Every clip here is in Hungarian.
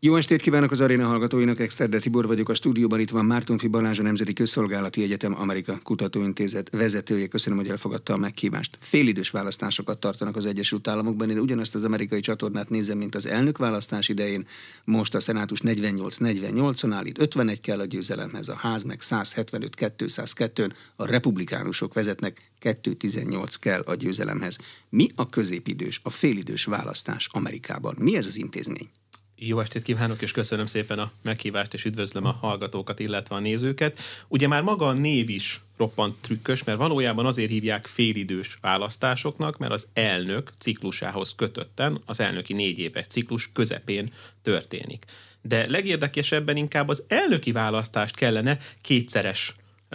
Jó estét kívánok az aréna hallgatóinak, Exterde Tibor vagyok a stúdióban, itt van Mártonffy Balázs, a Nemzeti Közszolgálati Egyetem Amerika Kutatóintézet vezetője. Köszönöm, hogy elfogadta a meghívást. Félidős választásokat tartanak az Egyesült Államokban, én ugyanazt az amerikai csatornát nézem, mint az elnökválasztás idején. Most a szenátus 48-48-on áll, itt 51 kell a győzelemhez, a ház meg 175-202-n, a republikánusok vezetnek, 218 kell a győzelemhez. Mi a középidős, a félidős választás Amerikában? Mi ez az intézmény? Jó estét kívánok, és köszönöm szépen a meghívást, és üdvözlöm a hallgatókat, illetve a nézőket. Ugye már maga a név is roppant trükkös, mert valójában azért hívják félidős választásoknak, mert az elnök ciklusához kötötten az elnöki 4 éves ciklus közepén történik. De legérdekesebben inkább az elnöki választást kellene kétszeres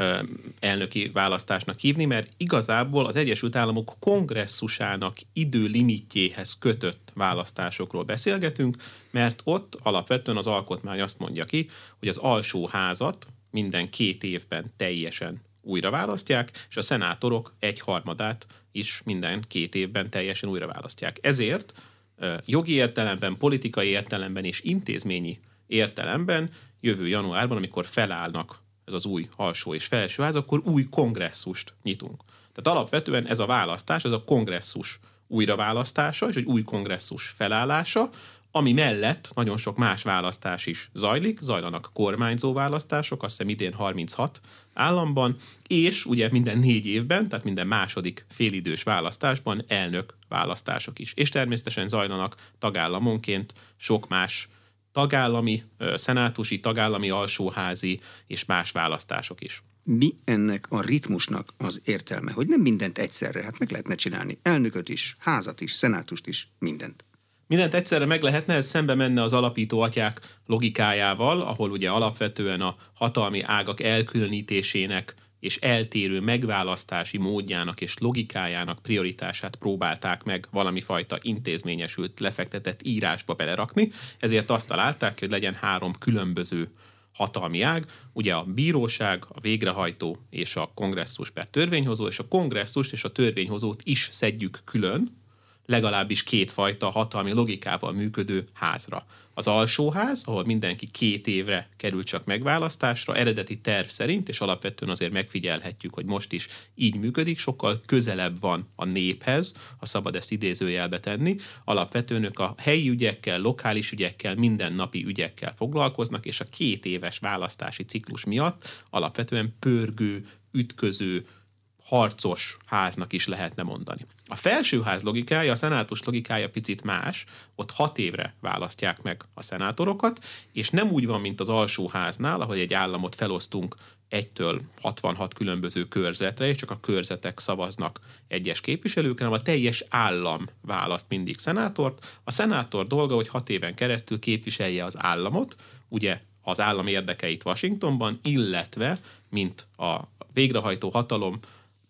elnöki választásnak hívni, mert igazából az Egyesült Államok kongresszusának időlimitjéhez kötött választásokról beszélgetünk, mert ott alapvetően az alkotmány azt mondja ki, hogy az alsóházat minden 2 évben teljesen újra választják, és a szenátorok 1/3 is minden 2 évben teljesen újra választják. Ezért jogi értelemben, politikai értelemben és intézményi értelemben jövő januárban, amikor felállnak ez az új alsó és felsőház, akkor új kongresszust nyitunk. Tehát alapvetően ez a választás, ez a kongresszus újraválasztása és egy új kongresszus felállása, ami mellett nagyon sok más választás is zajlik, zajlanak kormányzó választások, azt hiszem idén 36 államban, és ugye minden 4 évben, tehát minden második félidős választásban elnök választások is. És természetesen zajlanak tagállamonként sok más tagállami, szenátusi, tagállami alsóházi és más választások is. Mi ennek a ritmusnak az értelme, hogy nem mindent egyszerre, hát meg lehetne csinálni, elnököt is, házat is, szenátust is, mindent. Mindent egyszerre meg lehetne, ez szembe menne az alapító atyák logikájával, ahol ugye alapvetően a hatalmi ágak elkülönítésének és eltérő megválasztási módjának és logikájának prioritását próbálták meg valami fajta intézményesült, lefektetett írásba belerakni, ezért azt találták, hogy legyen 3 különböző hatalmi ág, ugye a bíróság, a végrehajtó és a kongresszus per törvényhozó, és a kongresszust és a törvényhozót is szedjük külön, legalábbis 2 fajta hatalmi logikával működő házra. Az alsóház, ahol mindenki 2 évre kerül csak megválasztásra, eredeti terv szerint, és alapvetően azért megfigyelhetjük, hogy most is így működik, sokkal közelebb van a néphez, ha szabad ezt idézőjelbe tenni. Alapvetően ők a helyi ügyekkel, lokális ügyekkel, mindennapi ügyekkel foglalkoznak, és a 2 éves választási ciklus miatt alapvetően pörgő, ütköző, harcos háznak is lehetne mondani. A felsőház logikája, a szenátus logikája picit más, ott 6 évre választják meg a szenátorokat, és nem úgy van, mint az alsóháznál, ahogy egy államot felosztunk 1-től 66 különböző körzetre, és csak a körzetek szavaznak egyes képviselőkre, hanem a teljes állam választ mindig szenátort. A szenátor dolga, hogy 6 éven keresztül képviselje az államot, ugye az állam érdekeit Washingtonban, illetve mint a végrehajtó hatalom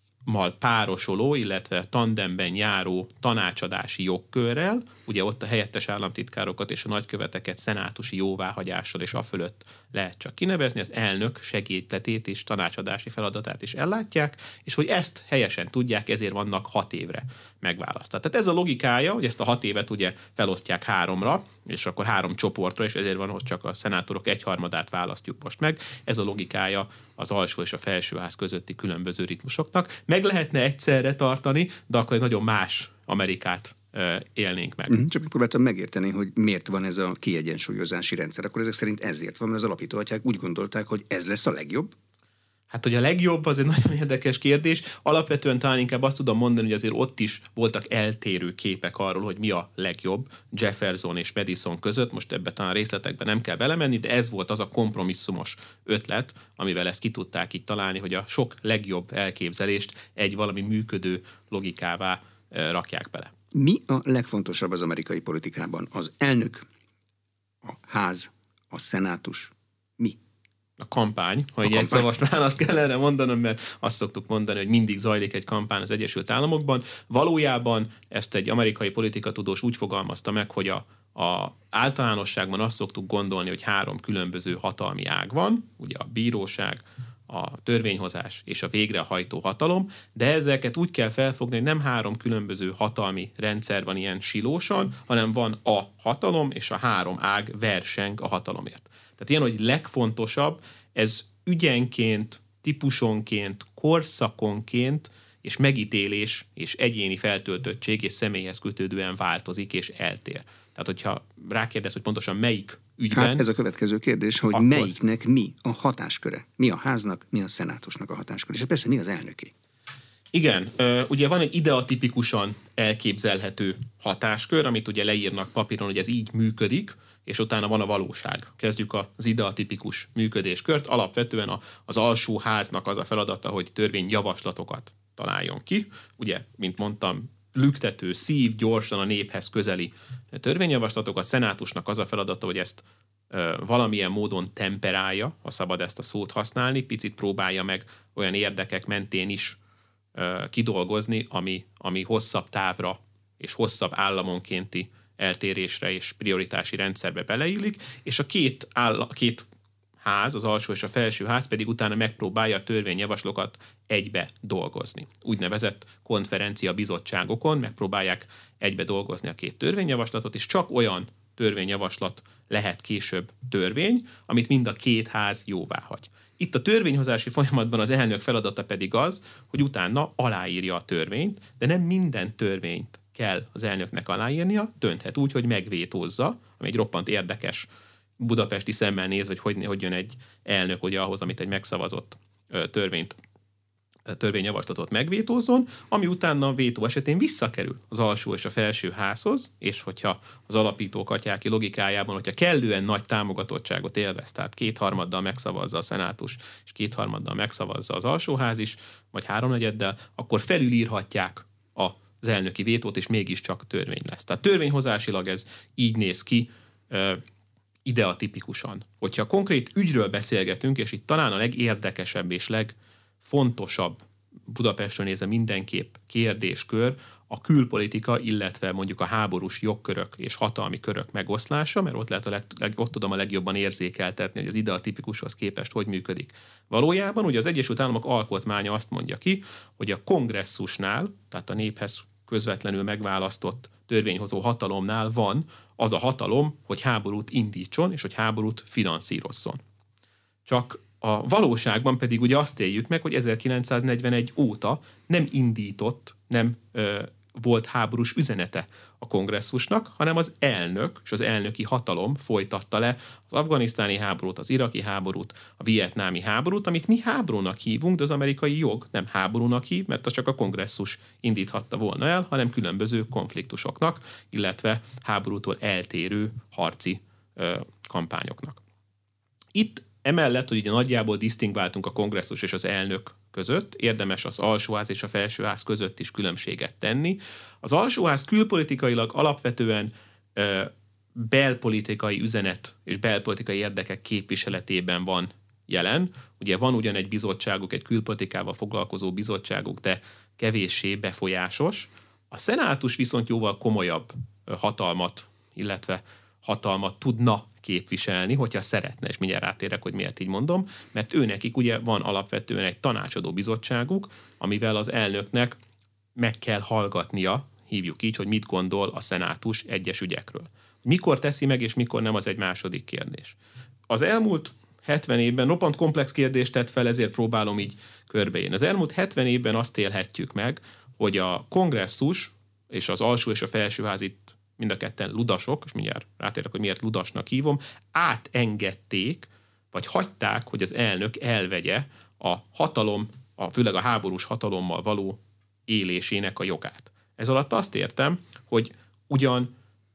párosoló, illetve tandemben járó tanácsadási jogkörrel, ugye ott a helyettes államtitkárokat és a nagyköveteket szenátusi jóváhagyással és afölött lehet csak kinevezni, az elnök segédletét és tanácsadási feladatát is ellátják, és hogy ezt helyesen tudják, ezért vannak 6 évre megválasztva. Tehát ez a logikája, hogy ezt a 6 évet ugye felosztják 3-ra, és akkor 3 csoportra, és ezért van, hogy csak a szenátorok 1/3 választjuk most meg. Ez a logikája az alsó és a felsőház közötti különböző ritmusoknak. Meg lehetne egyszerre tartani, de akkor egy nagyon más Amerikát élnénk meg. Csak próbáltam megérteni, hogy miért van ez a kiegyensúlyozási rendszer. Akkor ezek szerint ezért van, mert az alapító atyák úgy gondolták, hogy ez lesz a legjobb? Hát, hogy a legjobb, az egy nagyon érdekes kérdés. Alapvetően talán inkább azt tudom mondani, hogy azért ott is voltak eltérő képek arról, hogy mi a legjobb Jefferson és Madison között. Most ebbe talán részletekben nem kell belemenni, de ez volt az a kompromisszumos ötlet, amivel ezt ki tudták így találni, hogy a sok legjobb elképzelést egy valami működő logikává rakják bele. Mi a legfontosabb az amerikai politikában? Az elnök, a ház, a szenátus, mi? A kampány, hogy egy szavas választ kell erre mondanom, mert azt szoktuk mondani, hogy mindig zajlik egy kampány az Egyesült Államokban. Valójában ezt egy amerikai politikatudós úgy fogalmazta meg, hogy a általánosságban azt szoktuk gondolni, hogy 3 különböző hatalmi ág van, ugye a bíróság, a törvényhozás és a végrehajtó hatalom, de ezeket úgy kell felfogni, hogy nem 3 különböző hatalmi rendszer van ilyen silósan, hanem van a hatalom, és a 3 ág verseng a hatalomért. Tehát ilyen, hogy legfontosabb, ez ügyenként, típusonként, korszakonként és megítélés és egyéni feltöltöttség és személyhez kötődően változik és eltér. Tehát, hogyha rákérdez, hogy pontosan melyik ügyben... Hát ez a következő kérdés, hogy akkor... melyiknek mi a hatásköre? Mi a háznak, mi a szenátusnak a hatásköre? És persze mi az elnöki? Igen, ugye van egy ideatipikusan elképzelhető hatáskör, amit ugye leírnak papíron, hogy ez így működik, és utána van a valóság. Kezdjük az ideatipikus működéskört. Alapvetően az alsóháznak az a feladata, hogy törvényjavaslatokat találjon ki. Ugye, mint mondtam, lüktető, szív, gyorsan a néphez közeli törvényjavaslatokat. A szenátusnak az a feladata, hogy ezt valamilyen módon temperálja, ha szabad ezt a szót használni, picit próbálja meg olyan érdekek mentén is kidolgozni, ami hosszabb távra és hosszabb államonkénti eltérésre és prioritási rendszerbe beleillik, és a két ház, az alsó és a felső ház pedig utána megpróbálja a törvényjavaslatokat egybe dolgozni. Úgynevezett konferencia bizottságokon megpróbálják egybe dolgozni a 2 törvényjavaslatot, és csak olyan törvényjavaslat lehet később törvény, amit mind a 2 ház jóváhagy. Itt a törvényhozási folyamatban az elnök feladata pedig az, hogy utána aláírja a törvényt, de nem minden törvényt kell az elnöknek aláírnia, dönthet úgy, hogy megvétózza, ami egy roppant érdekes budapesti szemmel néz, hogy jön egy elnök ugye ahhoz, amit egy megszavazott törvényjavaslatot megvétózzon, ami utána a vétó esetén visszakerül az alsó és a felső házhoz, és hogyha az alapítók atyáki logikájában, hogyha kellően nagy támogatottságot élvez, tehát 2/3 megszavazza a szenátus, és 2/3 megszavazza az alsóház is, vagy 3/4, akkor felülírhatják az elnöki vétót, és mégiscsak törvény lesz. Tehát törvényhozásilag ez így néz ki, ideatipikusan. Hogyha konkrét ügyről beszélgetünk, és itt talán a legérdekesebb és legfontosabb Budapestről nézve mindenképp kérdéskör a külpolitika, illetve mondjuk a háborús jogkörök és hatalmi körök megoszlása, mert ott lehet ott tudom a legjobban érzékeltetni, hogy az ideatipikushoz képest hogy működik. Valójában ugye az Egyesült Államok alkotmánya azt mondja ki, hogy a kongresszusnál, tehát a néphez közvetlenül megválasztott törvényhozó hatalomnál van az a hatalom, hogy háborút indítson, és hogy háborút finanszírozzon. Csak a valóságban pedig ugye azt éljük meg, hogy 1941 óta nem indított, nem volt háborús üzenete a kongresszusnak, hanem az elnök és az elnöki hatalom folytatta le az afganisztáni háborút, az iraki háborút, a vietnámi háborút, amit mi háborúnak hívunk, de az amerikai jog nem háborúnak hív, mert az csak a kongresszus indíthatta volna el, hanem különböző konfliktusoknak, illetve háborútól eltérő harci kampányoknak. Itt emellett, hogy ugye nagyjából disztingváltunk a kongresszus és az elnök között, érdemes az alsóház és a felsőház között is különbséget tenni. Az alsóház külpolitikailag alapvetően belpolitikai üzenet és belpolitikai érdekek képviseletében van jelen. Ugye van ugyan egy bizottságuk, egy külpolitikával foglalkozó bizottságuk, de kevéssé befolyásos. A szenátus viszont jóval komolyabb hatalmat, illetve hatalmat tudna képviselni, hogyha szeretne, és mindjárt rátérek, hogy miért így mondom, mert őnekik ugye van alapvetően egy tanácsadó bizottságuk, amivel az elnöknek meg kell hallgatnia, hívjuk így, hogy mit gondol a szenátus egyes ügyekről. Mikor teszi meg, és mikor nem, az egy második kérdés. Az elmúlt 70 évben roppant komplex kérdést tett fel, ezért próbálom így körbeírni. Az elmúlt 70 évben azt élhetjük meg, hogy a kongresszus és az alsó és a felsőház itt mind a ketten ludasok, és mindjárt rátérek, hogy miért ludasnak hívom, átengedték, vagy hagyták, hogy az elnök elvegye a hatalom, főleg a háborús hatalommal való élésének a jogát. Ez alatt azt értem, hogy ugyan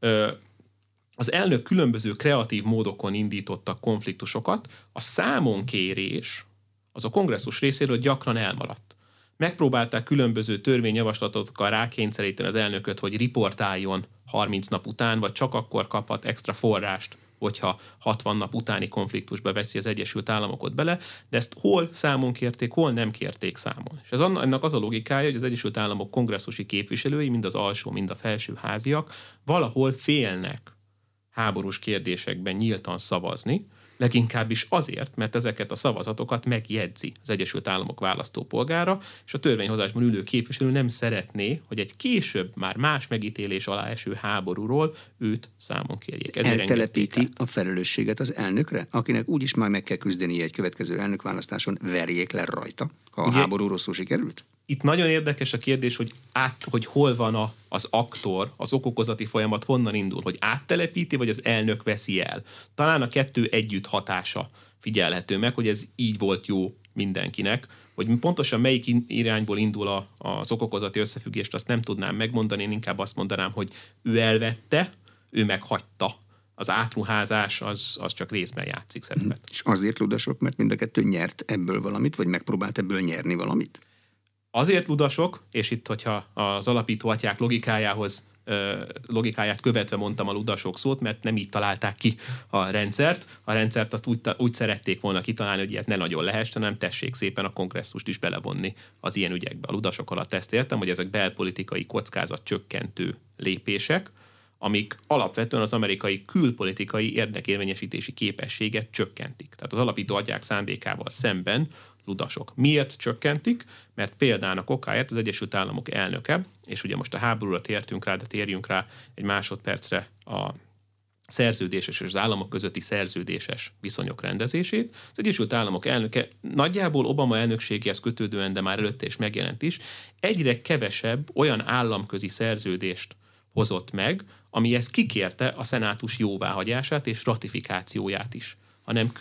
az elnök különböző kreatív módokon indítottak konfliktusokat, a számonkérés az a kongresszus részéről gyakran elmaradt. Megpróbálták különböző törvényjavaslatokkal rákényszeríteni az elnököt, hogy riportáljon 30 nap után, vagy csak akkor kaphat extra forrást, hogyha 60 nap utáni konfliktusba veszi az Egyesült Államokot bele, de ezt hol számon kérték, hol nem kérték számon. És ennek az a logikája, hogy az Egyesült Államok kongresszusi képviselői, mind az alsó, mind a felső háziak valahol félnek háborús kérdésekben nyíltan szavazni, leginkább is azért, mert ezeket a szavazatokat megjegyzi az Egyesült Államok választópolgára, és a törvényhozásban ülő képviselő nem szeretné, hogy egy később már más megítélés alá eső háborúról őt számon kérjék. Eltelepíti a felelősséget az elnökre, akinek úgyis majd meg kell küzdeni egy következő elnökválasztáson, verjék le rajta, ha a háború rosszul sikerült? Itt nagyon érdekes a kérdés, hogy hol van az aktor, az okokozati folyamat honnan indul, hogy áttelepíti, vagy az elnök veszi el. Talán a kettő együtt hatása figyelhető meg, hogy ez így volt jó mindenkinek, hogy pontosan melyik irányból indul az okokozati összefüggést, azt nem tudnám megmondani, én inkább azt mondanám, hogy ő elvette, ő meghagyta. Az átruházás az csak részben játszik szerepet. És azért ludasok, mert mind a kettő nyert ebből valamit, vagy megpróbált ebből nyerni valamit? Azért ludasok, és itt, hogyha az alapító atyák logikáját követve mondtam a ludasok szót, mert nem így találták ki a rendszert. A rendszert azt úgy szerették volna kitalálni, hogy ilyet ne nagyon lehessen, hanem tessék szépen a kongresszust is belevonni az ilyen ügyekbe. A ludasok alatt ezt értem, hogy ezek belpolitikai kockázat csökkentő lépések, amik alapvetően az amerikai külpolitikai érdekérvényesítési képességet csökkentik. Tehát az alapító atyák szándékával szemben ludasok. Miért csökkentik? Mert példának okáért az Egyesült Államok elnöke, és ugye most a háborúra tértünk rá, de térjünk rá egy másodpercre a szerződéses és az államok közötti szerződéses viszonyok rendezését. Az Egyesült Államok elnöke nagyjából Obama elnökségéhez kötődően, de már előtte is megjelent is, egyre kevesebb olyan államközi szerződést hozott meg, ami ezt kikérte a szenátus jóváhagyását és ratifikációját is, hanem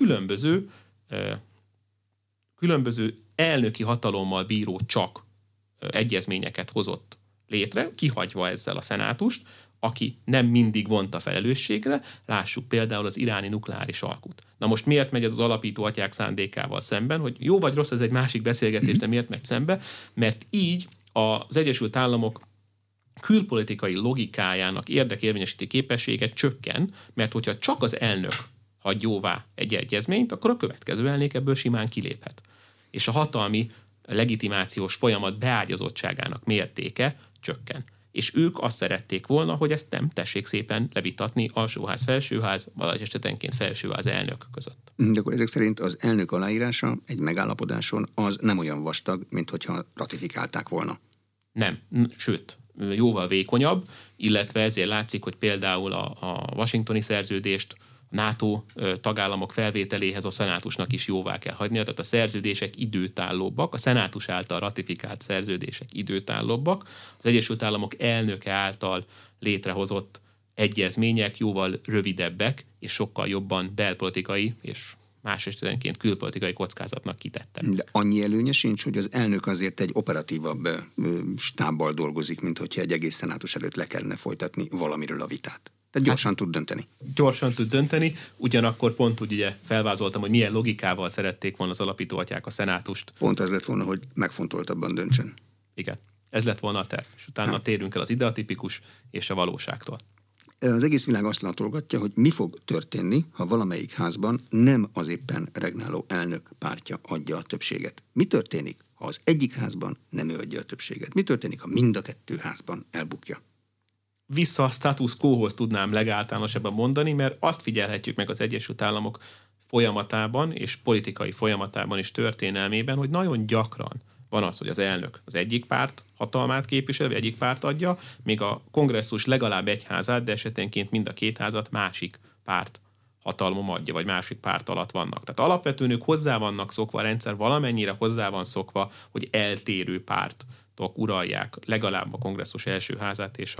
különböző elnöki hatalommal bíró csak egyezményeket hozott létre, kihagyva ezzel a szenátust, aki nem mindig vonta felelősségre, lássuk például az iráni nukleáris alkut. Na most miért megy ez az alapító atyák szándékával szemben, hogy jó vagy rossz, ez egy másik beszélgetés, de miért megy szembe? Mert így az Egyesült Államok külpolitikai logikájának érdekérvényesíti képessége csökken, mert hogyha csak az elnök hagy jóvá egy egyezményt, akkor a következő elnök ebből simán kiléphet. És a hatalmi legitimációs folyamat beágyazottságának mértéke csökken. És ők azt szerették volna, hogy ezt nem tessék szépen levitatni alsóház, felsőház, vagy esetenként felsőház elnök között. De akkor ezek szerint az elnök aláírása egy megállapodáson az nem olyan vastag, mint hogyha ratifikálták volna. Nem, sőt, jóval vékonyabb, illetve ezért látszik, hogy például a washingtoni szerződést NATO tagállamok felvételéhez a szenátusnak is jóvá kell hagynia, tehát a szerződések időtállóbbak, a szenátus által ratifikált szerződések időtállóbbak, az Egyesült Államok elnöke által létrehozott egyezmények jóval rövidebbek, és sokkal jobban belpolitikai és más esetenként külpolitikai kockázatnak kitettek. De annyi előnye sincs, hogy az elnök azért egy operatívabb stábbal dolgozik, mint hogyha egy egész szenátus előtt le kellene folytatni valamiről a vitát. Tehát gyorsan tud dönteni. Gyorsan tud dönteni, ugyanakkor pont úgy ugye felvázoltam, hogy milyen logikával szerették volna az alapító atyák a szenátust. Pont ez lett volna, hogy megfontoltabban döntsön. Igen, ez lett volna a terv, és utána térünk el az ideatipikus és a valóságtól. Az egész világ azt látolgatja, hogy mi fog történni, ha valamelyik házban nem az éppen regnáló elnök pártja adja a többséget. Mi történik, ha az egyik házban nem ő adja a többséget? Mi történik, ha mind a kettő házban elbukja? Vissza a status quo-hoz tudnám legáltalánosabban mondani, mert azt figyelhetjük meg az Egyesült Államok folyamatában és politikai folyamatában és történelmében, hogy nagyon gyakran van az, hogy az elnök az egyik párt hatalmát képviselve, egyik párt adja, míg a kongresszus legalább egy házát, de esetenként mind a két házat másik párt hatalmom adja, vagy másik párt alatt vannak. Tehát alapvetően ők hozzá vannak szokva, a rendszer valamennyire hozzá van szokva, hogy eltérő pártok uralják legalább a kongresszus első házát és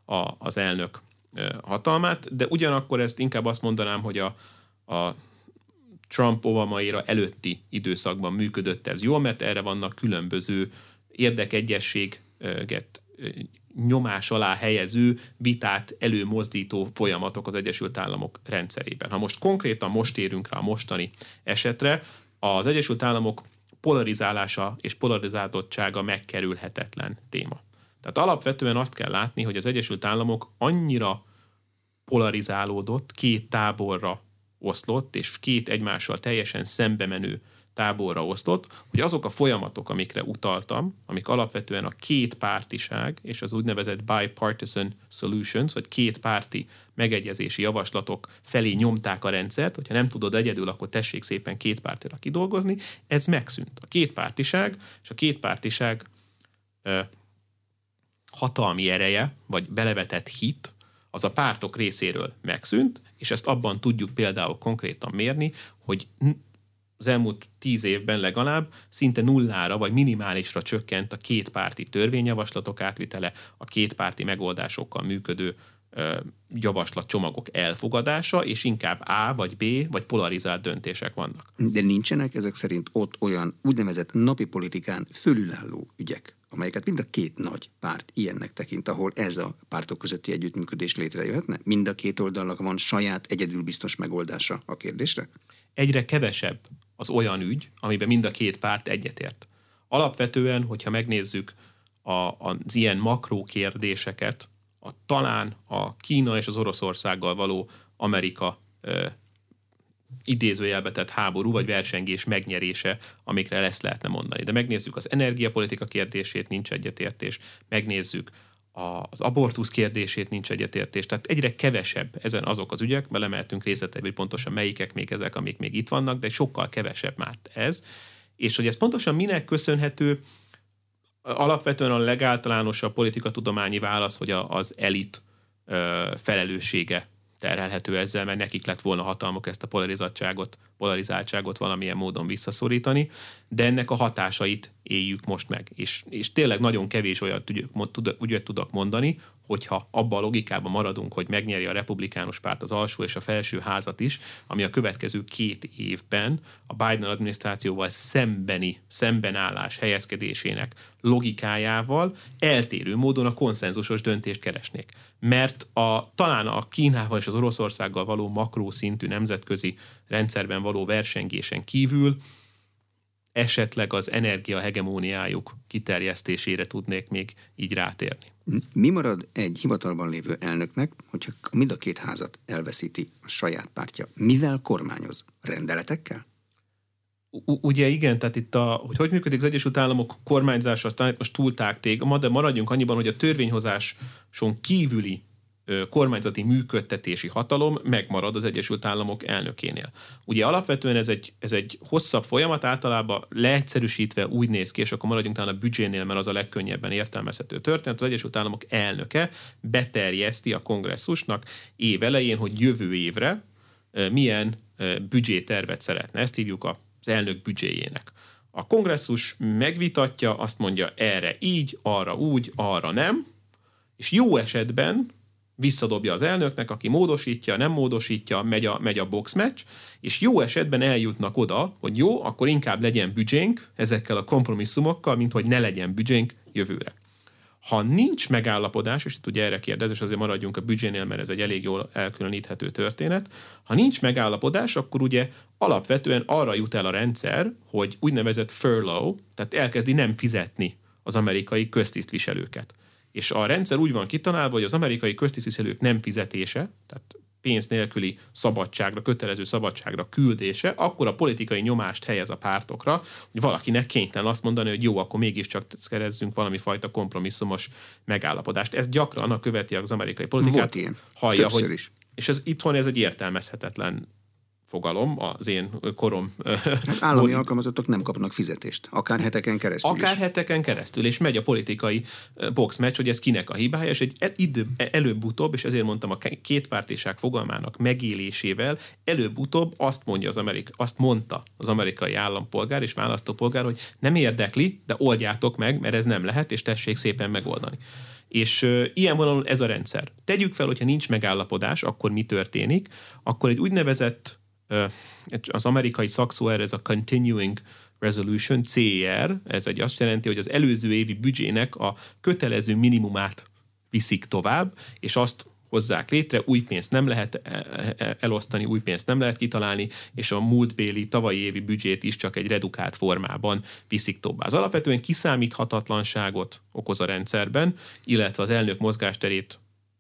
az elnök hatalmát, de ugyanakkor ezt inkább azt mondanám, hogy a Trump-Obama éra előtti időszakban működött ez jól, mert erre vannak különböző érdekegyességet nyomás alá helyező, vitát előmozdító folyamatok az Egyesült Államok rendszerében. Ha most térünk rá a mostani esetre, az Egyesült Államok polarizálása és polarizátottsága megkerülhetetlen téma. Tehát alapvetően azt kell látni, hogy az Egyesült Államok annyira polarizálódott, két táborra oszlott, és két egymással teljesen szembe menő táborra osztott, hogy azok a folyamatok, amikre utaltam, amik alapvetően a kétpártiság és az úgynevezett bipartisan solutions, vagy kétpárti megegyezési javaslatok felé nyomták a rendszert, hogyha nem tudod egyedül, akkor tessék szépen kétpártira kidolgozni, ez megszűnt. A kétpártiság és a kétpártiság hatalmi ereje, vagy belevetett hit, az a pártok részéről megszűnt, és ezt abban tudjuk például konkrétan mérni, hogy az elmúlt 10 évben legalább szinte nullára vagy minimálisra csökkent a kétpárti törvényjavaslatok átvitele, a kétpárti megoldásokkal működő javaslatcsomagok elfogadása, és inkább A vagy B vagy polarizált döntések vannak. De nincsenek ezek szerint ott olyan úgynevezett napi politikán fölülálló ügyek, amelyeket mind a két nagy párt ilyennek tekint, ahol ez a pártok közötti együttműködés létrejöhetne? Mind a két oldalnak van saját egyedül biztos megoldása a kérdésre? Egyre kevesebb az olyan ügy, amiben mind a két párt egyetért. Alapvetően, hogyha megnézzük az ilyen makró kérdéseket, talán a Kína és az Oroszországgal való Amerika idézőjelbe tett háború vagy versengés megnyerése, amikre ezt lehetne mondani. De megnézzük az energiapolitika kérdését, nincs egyetértés, megnézzük az abortusz kérdését, nincs egyetértés. Tehát egyre kevesebb ezen azok az ügyek, belemeltünk részleteibe, hogy pontosan melyikek még ezek, amik még itt vannak, de sokkal kevesebb már ez. És hogy ez pontosan minek köszönhető, alapvetően a legáltalánosabb politikatudományi válasz, hogy az elit felelőssége terhelhető ezzel, mert nekik lett volna hatalmuk ezt a polarizáltságot valamilyen módon visszaszorítani, de ennek a hatásait éljük most meg. És tényleg nagyon kevés olyat ügyet tudok mondani, hogyha abba a logikában maradunk, hogy megnyeri a republikánus párt az alsó és a felső házat is, ami a következő 2 évben a Biden adminisztrációval szembenállás helyezkedésének logikájával eltérő módon a konszenzusos döntést keresnék. Mert talán a Kínával és az Oroszországgal való makrószintű nemzetközi rendszerben való versengésen kívül esetleg az energiahegemóniájuk kiterjesztésére tudnék még így rátérni. Mi marad egy hivatalban lévő elnöknek, hogyha mind a két házat elveszíti a saját pártja? Mivel kormányoz? Rendeletekkel? Ugye igen, tehát itt hogy működik az Egyesült Államok kormányzása, aztán itt most túltágték, de maradjunk annyiban, hogy a törvényhozáson kívüli kormányzati működtetési hatalom megmarad az Egyesült Államok elnökénél. Ugye alapvetően ez egy hosszabb folyamat, általában leegyszerűsítve úgy néz ki, és akkor maradjunk talán a büdzsénél, mert az a legkönnyebben értelmezhető történet. Az Egyesült Államok elnöke beterjeszti a kongresszusnak év elején, hogy jövő évre milyen büdzsétervet szeretne. Ezt hívjuk az elnök büdzséjének. A kongresszus megvitatja, azt mondja erre így, arra úgy, arra nem, és jó esetben visszadobja az elnöknek, aki módosítja, nem módosítja, megy a boxmatch, és jó esetben eljutnak oda, hogy jó, akkor inkább legyen büdzsénk ezekkel a kompromisszumokkal, mint hogy ne legyen büdzsénk jövőre. Ha nincs megállapodás, és itt ugye erre kérdez, és azért maradjunk a büdzsénél, mert ez egy elég jól elkülöníthető történet, ha nincs megállapodás, akkor ugye alapvetően arra jut el a rendszer, hogy úgynevezett furlough, tehát elkezdi nem fizetni az amerikai köztisztviselőket. És a rendszer úgy van kitalálva, hogy az amerikai köztisztviselők nem fizetése, tehát pénz nélküli szabadságra, kötelező szabadságra küldése, akkor a politikai nyomást helyez a pártokra, hogy valakinek kénytelen azt mondani, hogy jó, akkor mégiscsak kerezzünk valami fajta kompromisszumos megállapodást. Ez gyakran követi az amerikai politikát. Volt ilyen. Hallja, Többször is. És itthon ez egy értelmezhetetlen fogalom, az én korom. Hát állami alkalmazottak nem kapnak fizetést, akár heteken keresztül Akár heteken keresztül, és megy a politikai boxmatch, hogy ez kinek a hibája, és előbb-utóbb, és ezért mondtam a kétpártiság fogalmának megélésével, előbb-utóbb azt mondta az amerikai állampolgár és választópolgár, hogy nem érdekli, de oldjátok meg, mert ez nem lehet, és tessék szépen megoldani. És ilyen vonalon ez a rendszer. Tegyük fel, hogyha nincs megállapodás, akkor mi történik? Akkor egy úgynevezett, az amerikai szakszó erre, ez a Continuing Resolution, CR, ez azt jelenti, hogy az előző évi büdzsének a kötelező minimumát viszik tovább, és azt hozzák létre, új pénzt nem lehet elosztani, új pénzt nem lehet kitalálni, és a múltbéli tavalyi évi büdzsét is csak egy redukált formában viszik tovább. Az alapvetően kiszámíthatatlanságot okoz a rendszerben, illetve az elnök mozgásterét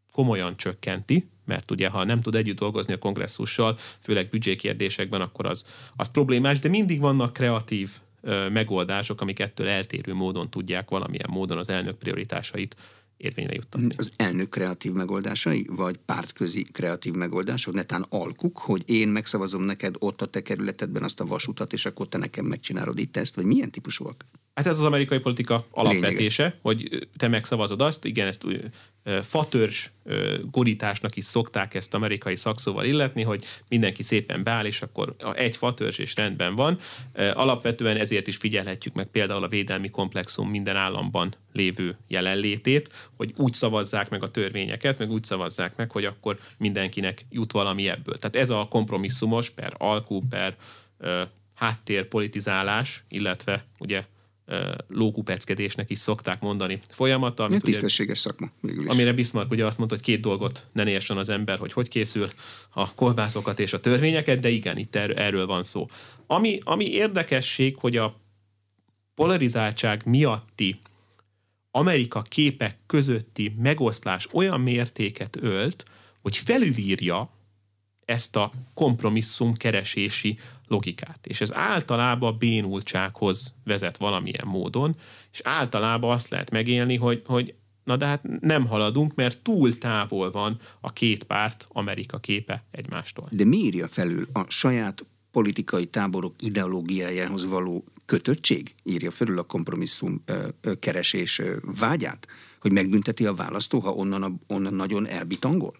komolyan csökkenti, mert ugye ha nem tud együtt dolgozni a kongresszussal, főleg büdzsékérdésekben, akkor az problémás, de mindig vannak kreatív megoldások, amik ettől eltérő módon tudják valamilyen módon az elnök prioritásait érvényre juttatni. Az elnök kreatív megoldásai, vagy pártközi kreatív megoldások, netán alkuk, hogy én megszavazom neked ott a te kerületedben azt a vasutat, és akkor te nekem megcsinálod itt ezt, vagy milyen típusúak? Hát ez az amerikai politika alapvetése, lényege, hogy te megszavazod azt, igen, ezt fatörzs gorításnak is szokták ezt amerikai szakszóval illetni, hogy mindenki szépen beáll, és akkor egy fatörzs és rendben van. Alapvetően ezért is figyelhetjük meg például a védelmi komplexum minden államban lévő jelenlétét, hogy úgy szavazzák meg a törvényeket, meg úgy szavazzák meg, hogy akkor mindenkinek jut valami ebből. Tehát ez a kompromisszumos per alkú, per háttérpolitizálás, illetve ugye lókupeckedésnek is szokták mondani folyamata. Amit tisztességes szakma végül is. Amire Bismarck ugye azt mondta, hogy 2 dolgot ne értsen az ember, hogy készül a kolbászokat és a törvényeket, de igen, itt erről van szó. Ami érdekesség, hogy a polarizáltság miatti Amerika képek közötti megoszlás olyan mértéket ölt, hogy felülírja ezt a kompromisszum keresési logikát. És ez általában bénultsághoz vezet valamilyen módon, és általában azt lehet megélni, hogy na de hát nem haladunk, mert túl távol van a két párt Amerika képe egymástól. De mi írja felül a saját politikai táborok ideológiájához való kötöttség? Írja felül a kompromisszum keresés vágyát? Hogy megbünteti a választó, ha onnan nagyon elbitangol?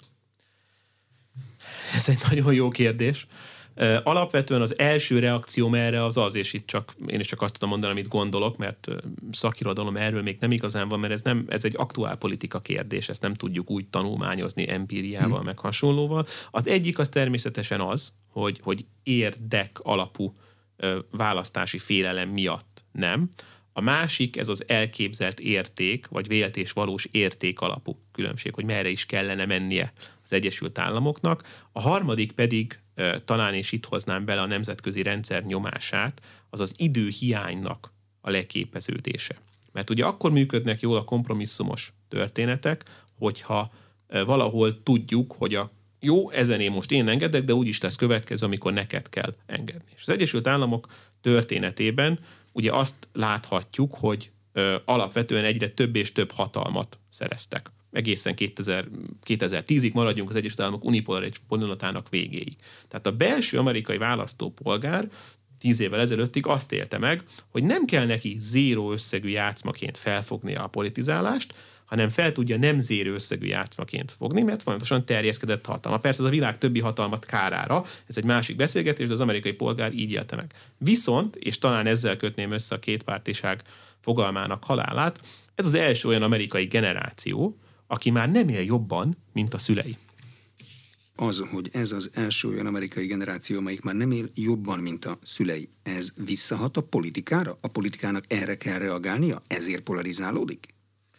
Ez egy nagyon jó kérdés. Alapvetően az első reakcióm erre az, és itt én is csak azt tudom mondani, amit gondolok, mert szakirodalom erről még nem igazán van, mert ez egy aktuál politika kérdés, ezt nem tudjuk úgy tanulmányozni empíriával, meg hasonlóval. Az egyik az természetesen az, hogy érdek alapú választási félelem miatt nem. A másik, ez az elképzelt érték, vagy vélt és valós érték alapú különbség, hogy merre is kellene mennie az Egyesült Államoknak. A harmadik pedig talán, és itt hoznám bele a nemzetközi rendszer nyomását, az az időhiánynak a leképeződése. Mert ugye akkor működnek jól a kompromisszumos történetek, hogyha valahol tudjuk, hogy jó, ezen én most én engedek, de úgyis lesz következő, amikor neked kell engedni. És az Egyesült Államok történetében ugye azt láthatjuk, hogy alapvetően egyre több és több hatalmat szereztek. Egészen 2010-ig maradjunk az Egyesült Államok unipolarizációs pillanatának végéig. Tehát a belső amerikai választópolgár 10 évvel ezelőttig azt élte meg, hogy nem kell neki zéró összegű játszmaként felfognia a politizálást, hanem fel tudja nem zéró összegű játszmaként fogni, mert folyamatosan terjeszkedett hatalma. Persze ez a világ többi hatalmat kárára, ez egy másik beszélgetés, de az amerikai polgár így élte meg. Viszont, és talán ezzel kötném össze a kétpártiság fogalmának halálát, ez az első olyan amerikai generáció, aki már nem él jobban, mint a szülei. Az, hogy ez az első olyan amerikai generáció, amelyik már nem él jobban, mint a szülei, ez visszahat a politikára? A politikának erre kell reagálnia? Ezért polarizálódik?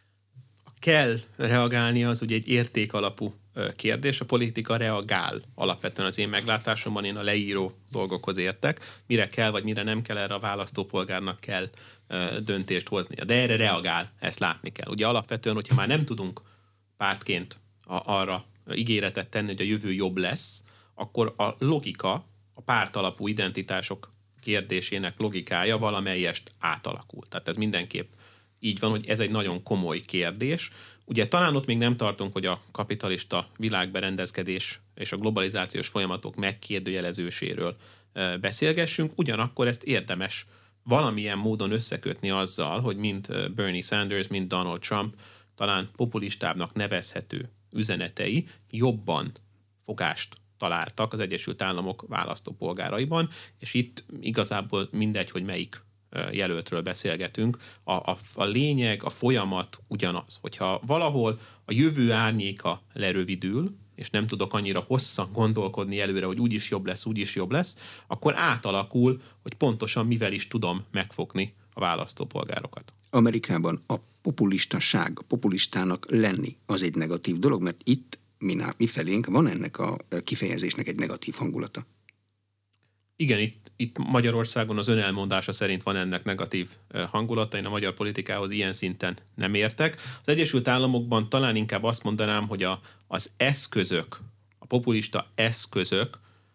Kell reagálnia, az ugye egy értékalapú kérdés. A politika reagál alapvetően az én meglátásomban, én a leíró dolgokhoz értek. Mire kell, vagy mire nem kell, erre a választópolgárnak kell döntést hoznia. De erre reagál, ezt látni kell. Ugye alapvetően, hogyha már nem tudunk pártként arra ígéretet tenni, hogy a jövő jobb lesz, akkor a logika, a pártalapú identitások kérdésének logikája valamelyest átalakul. Tehát ez mindenképp így van, hogy ez egy nagyon komoly kérdés. Ugye talán ott még nem tartunk, hogy a kapitalista világberendezkedés és a globalizációs folyamatok megkérdőjelezéséről beszélgessünk, ugyanakkor ezt érdemes valamilyen módon összekötni azzal, hogy mind Bernie Sanders, mind Donald Trump talán populistábbnak nevezhető üzenetei jobban fogást találtak az Egyesült Államok választópolgáraiban, és itt igazából mindegy, hogy melyik jelöltről beszélgetünk, a lényeg, a folyamat ugyanaz. Hogyha valahol a jövő árnyéka lerövidül, és nem tudok annyira hosszan gondolkodni előre, hogy úgyis jobb lesz, akkor átalakul, hogy pontosan mivel is tudom megfogni a választópolgárokat. Amerikában a populistaság, a populistának lenni az egy negatív dolog, mert itt mi felénk van ennek a kifejezésnek egy negatív hangulata. Igen, itt Magyarországon az önelmondása szerint van ennek negatív hangulata. Én a magyar politikához ilyen szinten nem értek. Az Egyesült Államokban talán inkább azt mondanám, hogy az eszközök, a populista eszközök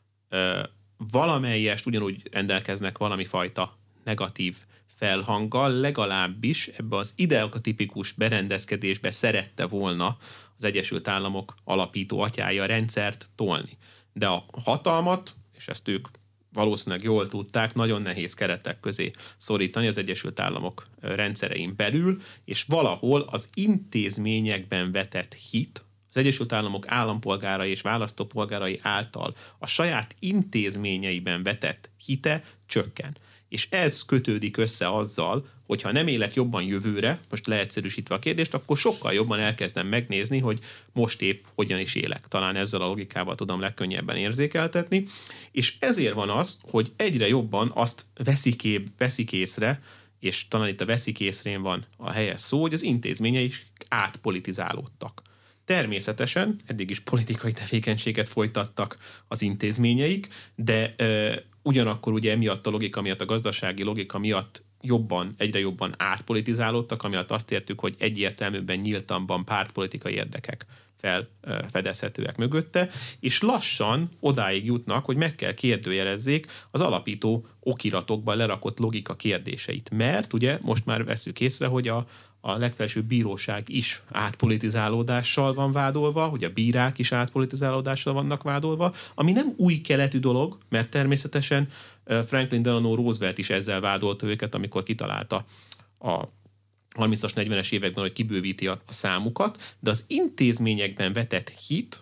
valamelyest ugyanúgy rendelkeznek valami fajta negatív felhanggal, legalábbis ebbe az ideotipikus berendezkedésbe szerette volna az Egyesült Államok alapító atyája a rendszert tolni. De a hatalmat, és ezt ők valószínűleg jól tudták, nagyon nehéz keretek közé szorítani az Egyesült Államok rendszerein belül, és valahol az intézményekben vetett hit, az Egyesült Államok állampolgárai és választópolgárai által a saját intézményeiben vetett hite csökken. És ez kötődik össze azzal, hogyha nem élek jobban jövőre, most leegyszerűsítve a kérdést, akkor sokkal jobban elkezdem megnézni, hogy most épp hogyan is élek. Talán ezzel a logikával tudom legkönnyebben érzékeltetni. És ezért van az, hogy egyre jobban azt veszik észre, és talán itt a veszik észrén van a helyes szó, hogy az intézményei is átpolitizálódtak. Természetesen eddig is politikai tevékenységet folytattak az intézményeik, de ugyanakkor ugye emiatt a logika miatt, a gazdasági logika miatt egyre jobban átpolitizálódtak, amiatt azt értük, hogy egyértelműbben, nyíltabban pártpolitikai érdekek felfedezhetőek mögötte, és lassan odáig jutnak, hogy meg kell kérdőjelezzék az alapító okiratokban lerakott logika kérdéseit. Mert ugye most már veszük észre, hogy a legfelsőbb bíróság is átpolitizálódással van vádolva, hogy a bírák is átpolitizálódással vannak vádolva, ami nem új keletű dolog, mert természetesen Franklin Delano Roosevelt is ezzel vádolta őket, amikor kitalálta a 30-as, 40-es években, hogy kibővíti a számukat, de az intézményekben vetett hit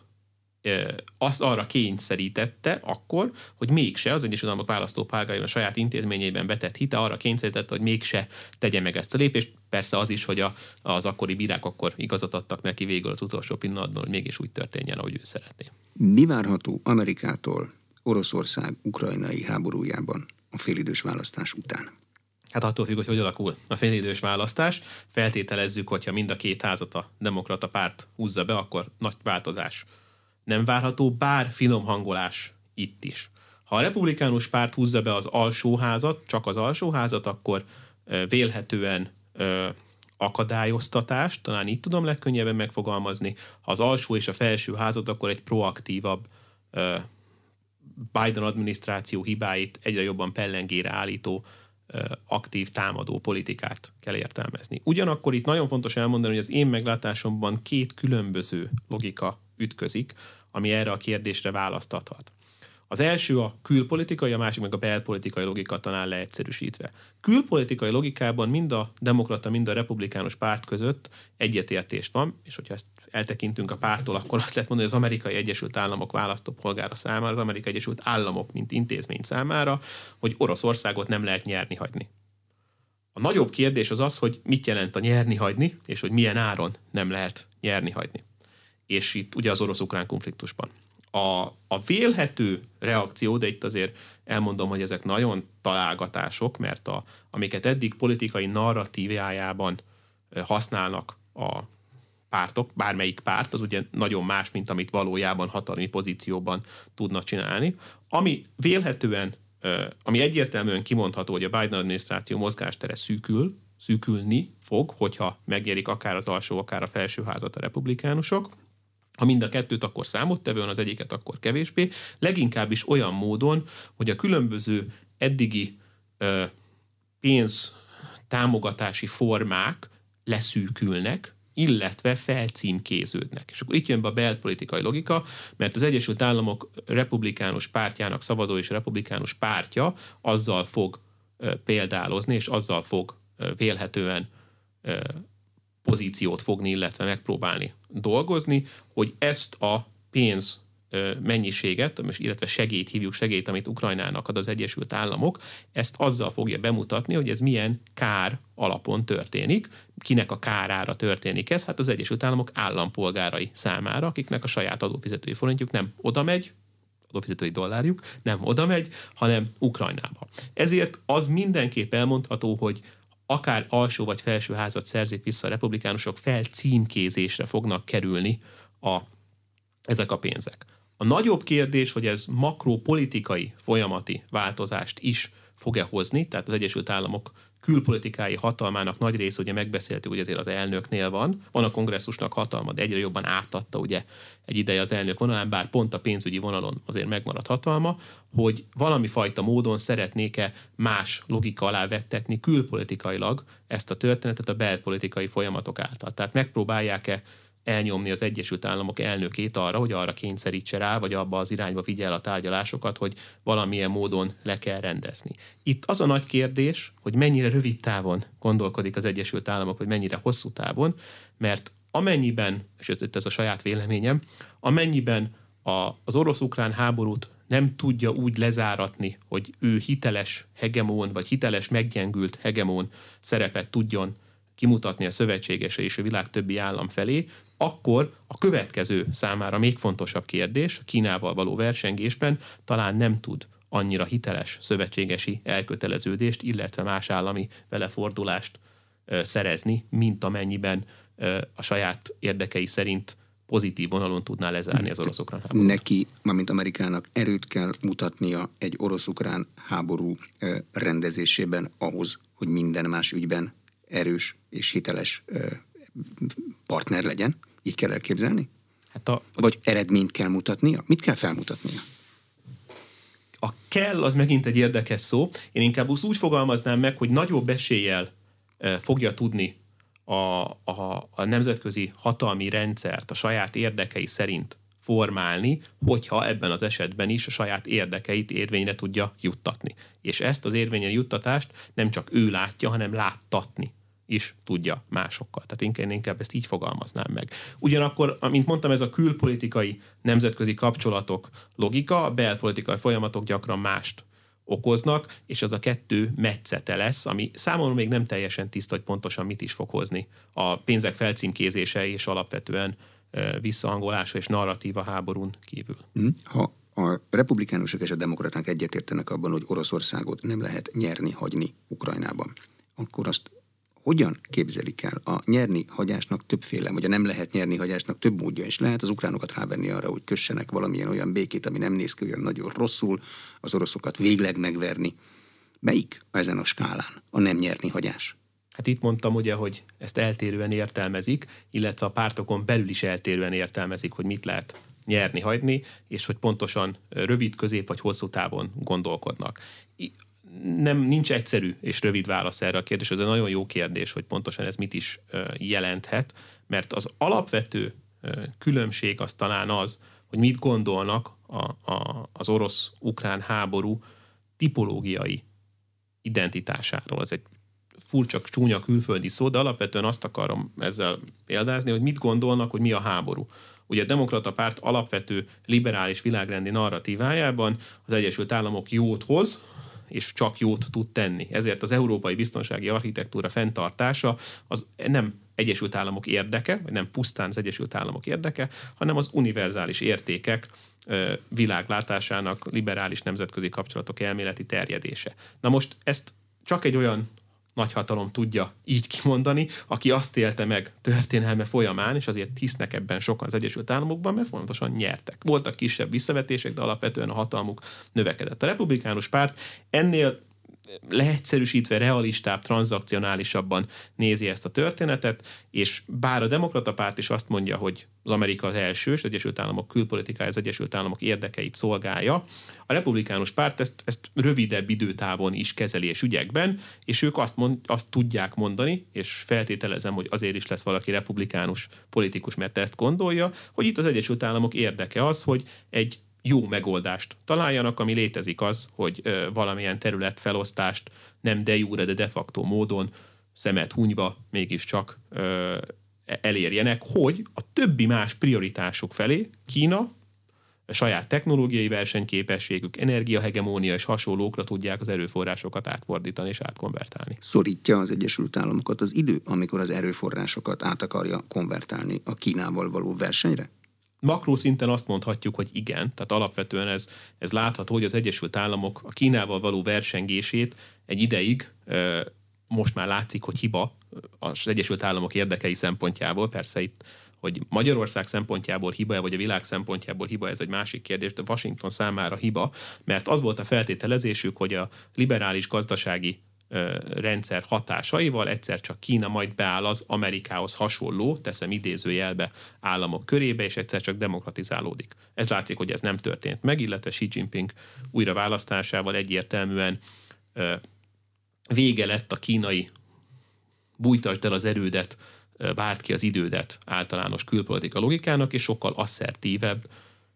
azt arra kényszerítette akkor, hogy mégse, az Egyesült Államok választópolgáraiban a saját intézményeiben vetett hite arra kényszerítette, hogy mégse tegye meg ezt a lépést. Persze az is, hogy az akkori bírák akkor igazat adtak neki végül az utolsó pillanatban, hogy mégis úgy történjen, ahogy ő szeretné. Mi várható Amerikától Oroszország ukrajnai háborújában a félidős választás után? Hát attól függ, hogy alakul a félidős választás. Feltételezzük, hogyha mind a két házat a demokrata párt húzza be, akkor nagy változás nem várható, bár finom hangolás itt is. Ha a republikánus párt húzza be az alsóházat, csak az alsóházat, akkor vélhetően akadályoztatást, talán így tudom legkönnyebben megfogalmazni. Ha az alsó és a felső házat, akkor egy proaktívabb Biden adminisztráció hibáit egyre jobban pellengére állító aktív támadó politikát kell értelmezni. Ugyanakkor itt nagyon fontos elmondani, hogy az én meglátásomban két különböző logika ütközik, ami erre a kérdésre választ adhat. Az első a külpolitikai, a másik meg a belpolitikai logika, talán leegyszerűsítve. Külpolitikai logikában mind a demokrata, mind a republikánus párt között egyetértés van, és hogyha ezt eltekintünk a pártól, akkor azt lehet mondani, hogy az Amerikai Egyesült Államok választópolgára számára, az Amerikai Egyesült Államok, mint intézmény számára, hogy Oroszországot nem lehet nyerni hagyni. A nagyobb kérdés az az, hogy mit jelent a nyerni hagyni, és hogy milyen áron nem lehet nyerni hagyni. És itt ugye az orosz-ukrán konfliktusban. A vélhető reakció, de itt azért elmondom, hogy ezek nagyon találgatások, mert amiket eddig politikai narratívájában használnak a pártok, bármelyik párt, az ugye nagyon más, mint amit valójában hatalmi pozícióban tudnak csinálni. Ami egyértelműen kimondható, hogy a Biden adminisztráció mozgástere szűkülni fog, hogyha megnyerik akár az alsó, akár a felsőházat a republikánusok. Ha mind a kettőt, akkor számottevően, az egyiket akkor kevésbé. Leginkább is olyan módon, hogy a különböző eddigi pénztámogatási formák leszűkülnek, illetve felcímkéződnek. És akkor itt jön be a belpolitikai logika, mert az Egyesült Államok republikánus pártjának szavazó és republikánus pártja azzal fog példálozni, és azzal fog vélhetően pozíciót fogni, illetve megpróbálni dolgozni, hogy ezt a pénz mennyiséget, illetve segélyt, amit Ukrajnának ad az Egyesült Államok, ezt azzal fogja bemutatni, hogy ez milyen kár alapon történik, kinek a kárára történik ez, hát az Egyesült Államok állampolgárai számára, akiknek a saját adófizetői forintjuk nem oda megy, adófizetői dollárjuk nem oda megy, hanem Ukrajnába. Ezért az mindenképp elmondható, hogy akár alsó vagy felső házat szerzik vissza a republikánusok, felcímkézésre fognak kerülni ezek a pénzek. A nagyobb kérdés, hogy ez makropolitikai folyamati változást is fog-e hozni, tehát az Egyesült Államok külpolitikai hatalmának nagy része, ugye megbeszéltük, hogy azért az elnöknél van a kongresszusnak hatalma, de egyre jobban átadta ugye egy ideje az elnök vonalán, bár pont a pénzügyi vonalon azért megmaradt hatalma, hogy valami fajta módon szeretnék-e más logika alá vettetni külpolitikailag ezt a történetet a belpolitikai folyamatok által. Tehát megpróbálják-e elnyomni az Egyesült Államok elnökét arra, hogy arra kényszerítse rá, vagy abba az irányba vigye el a tárgyalásokat, hogy valamilyen módon le kell rendezni. Itt az a nagy kérdés, hogy mennyire rövid távon gondolkodik az Egyesült Államok, vagy mennyire hosszú távon, mert amennyiben, és itt ez a saját véleményem, amennyiben az orosz-ukrán háborút nem tudja úgy lezáratni, hogy ő hiteles hegemón, vagy hiteles meggyengült hegemón szerepet tudjon kimutatni a szövetségese és a világ többi állam felé, akkor a következő számára még fontosabb kérdés, a Kínával való versengésben talán nem tud annyira hiteles szövetségesi elköteleződést, illetve más állami velefordulást szerezni, mint amennyiben a saját érdekei szerint pozitív vonalon tudná lezárni az orosz-ukrán háborút. Neki, mármint Amerikának erőt kell mutatnia egy orosz-ukrán háború rendezésében ahhoz, hogy minden más ügyben erős és hiteles partner legyen? Így kell elképzelni? Vagy eredményt kell mutatnia? Mit kell felmutatnia? A kell az megint egy érdekes szó. Én inkább úgy fogalmaznám meg, hogy nagyobb eséllyel fogja tudni a nemzetközi hatalmi rendszert a saját érdekei szerint formálni, hogyha ebben az esetben is a saját érdekeit érvényre tudja juttatni. És ezt az érvényre juttatást nem csak ő látja, hanem láttatni is tudja másokkal. Tehát inkább ezt így fogalmaznám meg. Ugyanakkor, mint mondtam, ez a külpolitikai nemzetközi kapcsolatok logika, a belpolitikai folyamatok gyakran mást okoznak, és az a kettő metszete lesz, ami számomra még nem teljesen tiszta, hogy pontosan mit is fog hozni a pénzek felcímkézése és alapvetően visszahangolása és narratíva háborún kívül. Ha a republikánusok és a demokraták egyetértenek abban, hogy Oroszországot nem lehet nyerni, hagyni Ukrajnában, akkor azt hogyan képzelik el? A nyerni hagyásnak többféle, vagy a nem lehet nyerni hagyásnak több módja is lehet. Az ukránokat rávenni arra, hogy kössenek valamilyen olyan békét, ami nem néz ki olyan nagyon rosszul, az oroszokat végleg megverni. Melyik ezen a skálán a nem nyerni hagyás? Hát itt mondtam ugye, hogy ezt eltérően értelmezik, illetve a pártokon belül is eltérően értelmezik, hogy mit lehet nyerni, hagyni, és hogy pontosan rövid, közép vagy hosszú távon gondolkodnak. Nincs egyszerű és rövid válasz erre a kérdés, ez egy nagyon jó kérdés, hogy pontosan ez mit is jelenthet, mert az alapvető különbség az talán az, hogy mit gondolnak az orosz-ukrán háború tipológiai identitásáról. Ez egy furcsa, csúnya külföldi szó, de alapvetően azt akarom ezzel példázni, hogy mit gondolnak, hogy mi a háború. Ugye a Demokrata Párt alapvető liberális világrendi narratívájában az Egyesült Államok jót hoz, és csak jót tud tenni. Ezért az európai biztonsági architektúra fenntartása az nem Egyesült Államok érdeke, vagy nem pusztán az Egyesült Államok érdeke, hanem az univerzális értékek világlátásának liberális nemzetközi kapcsolatok elméleti terjedése. Na most ezt csak egy olyan nagyhatalom tudja így kimondani, aki azt élte meg történelme folyamán, és azért hisznek ebben sokan az Egyesült Államokban, mert fontosan nyertek. Voltak kisebb visszavetések, de alapvetően a hatalmuk növekedett. A republikánus párt ennél leegyszerűsítve, realistább, tranzakcionálisabban nézi ezt a történetet, és bár a Demokrata Párt is azt mondja, hogy az Amerika az első, és az Egyesült Államok külpolitikája az Egyesült Államok érdekeit szolgálja, a republikánus párt ezt rövidebb időtávon is kezeli és ügyekben, és ők azt tudják mondani, és feltételezem, hogy azért is lesz valaki republikánus politikus, mert ezt gondolja, hogy itt az Egyesült Államok érdeke az, hogy egy jó megoldást találjanak, ami létezik az, hogy valamilyen területfelosztást nem de jure, de de facto módon szemet hunyva mégiscsak elérjenek, hogy a többi más prioritások felé Kína a saját technológiai versenyképességük, energiahegemónia és hasonlókra tudják az erőforrásokat átfordítani és átkonvertálni. Szorítja az Egyesült Államokat az idő, amikor az erőforrásokat át akarja konvertálni a Kínával való versenyre? Makró szinten azt mondhatjuk, hogy igen, tehát alapvetően ez látható, hogy az Egyesült Államok a Kínával való versengését egy ideig most már látszik, hogy hiba az Egyesült Államok érdekei szempontjából, persze itt hogy Magyarország szempontjából hiba-e, vagy a világ szempontjából hiba, ez egy másik kérdés, de Washington számára hiba, mert az volt a feltételezésük, hogy a liberális gazdasági rendszer hatásaival egyszer csak Kína majd beáll az Amerikához hasonló, teszem idézőjelbe, államok körébe, és egyszer csak demokratizálódik. Ez látszik, hogy ez nem történt meg, illetve Xi Jinping újraválasztásával egyértelműen vége lett a kínai bújtasd el az erődet, várt ki az idődet általános külpolitika logikának, és sokkal asszertívebb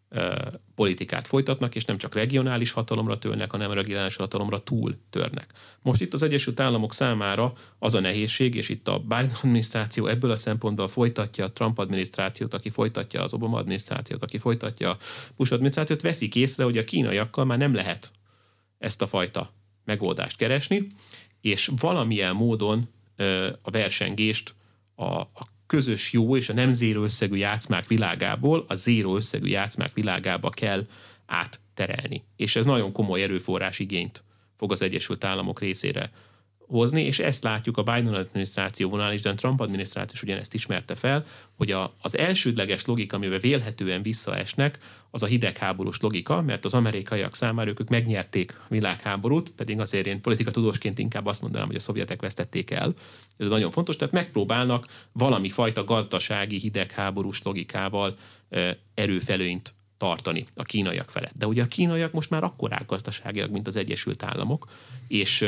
politikát folytatnak, és nem csak regionális hatalomra törnek, hanem regionális hatalomra túl törnek. Most itt az Egyesült Államok számára az a nehézség, és itt a Biden adminisztráció ebből a szempontból folytatja a Trump adminisztrációt, aki folytatja az Obama adminisztrációt, aki folytatja a Bush adminisztrációt, veszik észre, hogy a kínaiakkal már nem lehet ezt a fajta megoldást keresni, és valamilyen módon a versengést a közös jó és a nem zéró összegű játszmák világából a zéró összegű játszmák világába kell átterelni. És ez nagyon komoly erőforrás igényt fog az Egyesült Államok részére hozni, és ezt látjuk a Biden adminisztráció vonalán is, de a Trump adminisztráció is ugyanezt ismerte fel, hogy az elsődleges logika, amivel vélhetően visszaesnek, az a hidegháborús logika, mert az amerikaiak számára ők megnyerték a világháborút, pedig azért én politikatudósként inkább azt mondanám, hogy a szovjetek vesztették el. Ez nagyon fontos, tehát megpróbálnak valami fajta gazdasági hidegháborús logikával erőfelőnyt tartani a kínaiak felett. De ugye a kínaiak most már akkorák gazdaságilag, mint az Egyesült Államok, és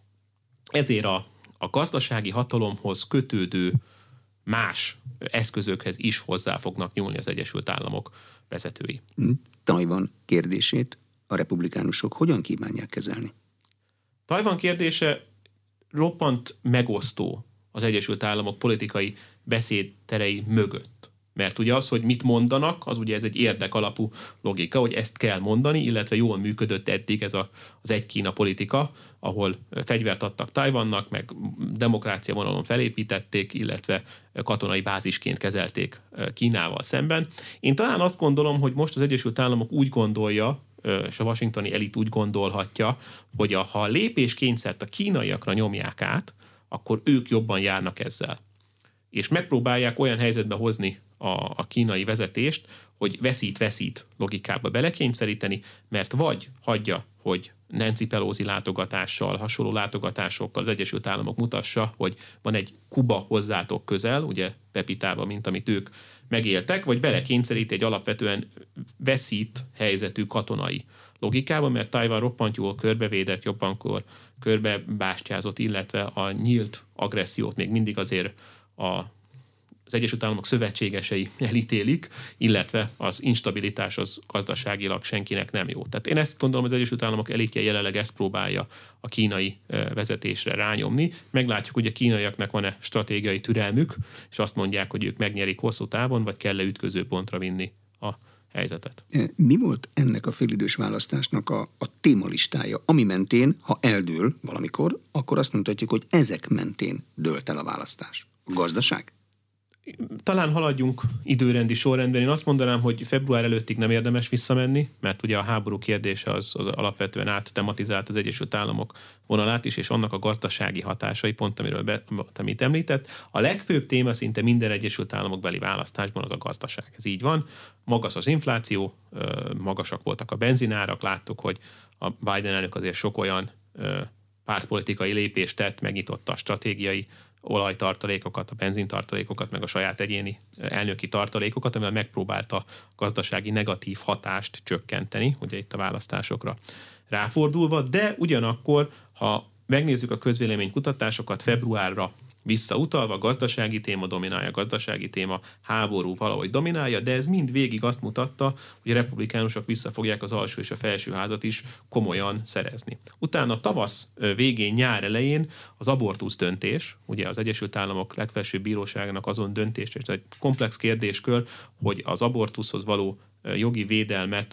ezért a gazdasági hatalomhoz kötődő más eszközökhez is hozzá fognak nyúlni az Egyesült Államok vezetői. Tajvan kérdését a republikánusok hogyan kívánják kezelni? Tajvan kérdése roppant megosztó az Egyesült Államok politikai beszédterei mögött. Mert ugye az, hogy mit mondanak, az ugye ez egy érdekalapú logika, hogy ezt kell mondani, illetve jól működött eddig ez az egy Kína politika, ahol fegyvert adtak Tajvannak, meg demokrácia vonalon felépítették, illetve katonai bázisként kezelték Kínával szemben. Én talán azt gondolom, hogy most az Egyesült Államok úgy gondolja, és a washingtoni elit úgy gondolhatja, hogy ha a lépéskényszert a kínaiakra nyomják át, akkor ők jobban járnak ezzel. És megpróbálják olyan helyzetbe hozni a kínai vezetést, hogy veszít-veszít logikába belekényszeríteni, mert vagy hagyja, hogy Nancy Pelosi látogatással, hasonló látogatásokkal az Egyesült Államok mutassa, hogy van egy Kuba hozzátok közel, ugye Pepitában, mint amit ők megéltek, vagy belekényszerít egy alapvetően veszít helyzetű katonai logikába, mert Tajvan roppant jól körbevédett, jobban körbebástyázott, illetve a nyílt agressziót még mindig azért az Egyesült Államok szövetségesei elítélik, illetve az instabilitás az gazdaságilag senkinek nem jó. Tehát én ezt gondolom, az Egyesült Államok elitje jelenleg ezt próbálja a kínai vezetésre rányomni. Meglátjuk, hogy a kínaiaknak van-e stratégiai türelmük, és azt mondják, hogy ők megnyerik hosszú távon, vagy kell-e ütköző pontra vinni a helyzetet. Mi volt ennek a félidős választásnak a témalistája, ami mentén, ha eldől valamikor, akkor azt mondhatjuk, hogy ezek mentén dőlt el a választás? A gazdaság? Talán haladjunk időrendi sorrendben. Én azt mondanám, hogy február előttig nem érdemes visszamenni, mert ugye a háború kérdése az alapvetően áttematizált az Egyesült Államok vonalát is, és annak a gazdasági hatásai, pont amiről amit említett. A legfőbb téma szinte minden Egyesült Államok beli választásban az a gazdaság. Ez így van. Magas az infláció, magasak voltak a benzinárak, láttuk, hogy a Biden elnök azért sok olyan pártpolitikai lépést tett, megnyitotta a stratégiai olajtartalékokat, a benzintartalékokat, meg a saját egyéni elnöki tartalékokat, amivel megpróbálta a gazdasági negatív hatást csökkenteni, ugye itt a választásokra ráfordulva, de ugyanakkor, ha megnézzük a közvéleménykutatásokat februárra visszautalva, gazdasági téma dominálja, gazdasági téma háború valahogy dominálja, de ez mind végig azt mutatta, hogy a republikánusok vissza fogják az alsó és a felsőházat is komolyan szerezni. Utána tavasz végén, nyár elején az abortusz döntés, ugye az Egyesült Államok legfelsőbb bíróságának azon döntés, és egy komplex kérdéskör, hogy az abortuszhoz való jogi védelmet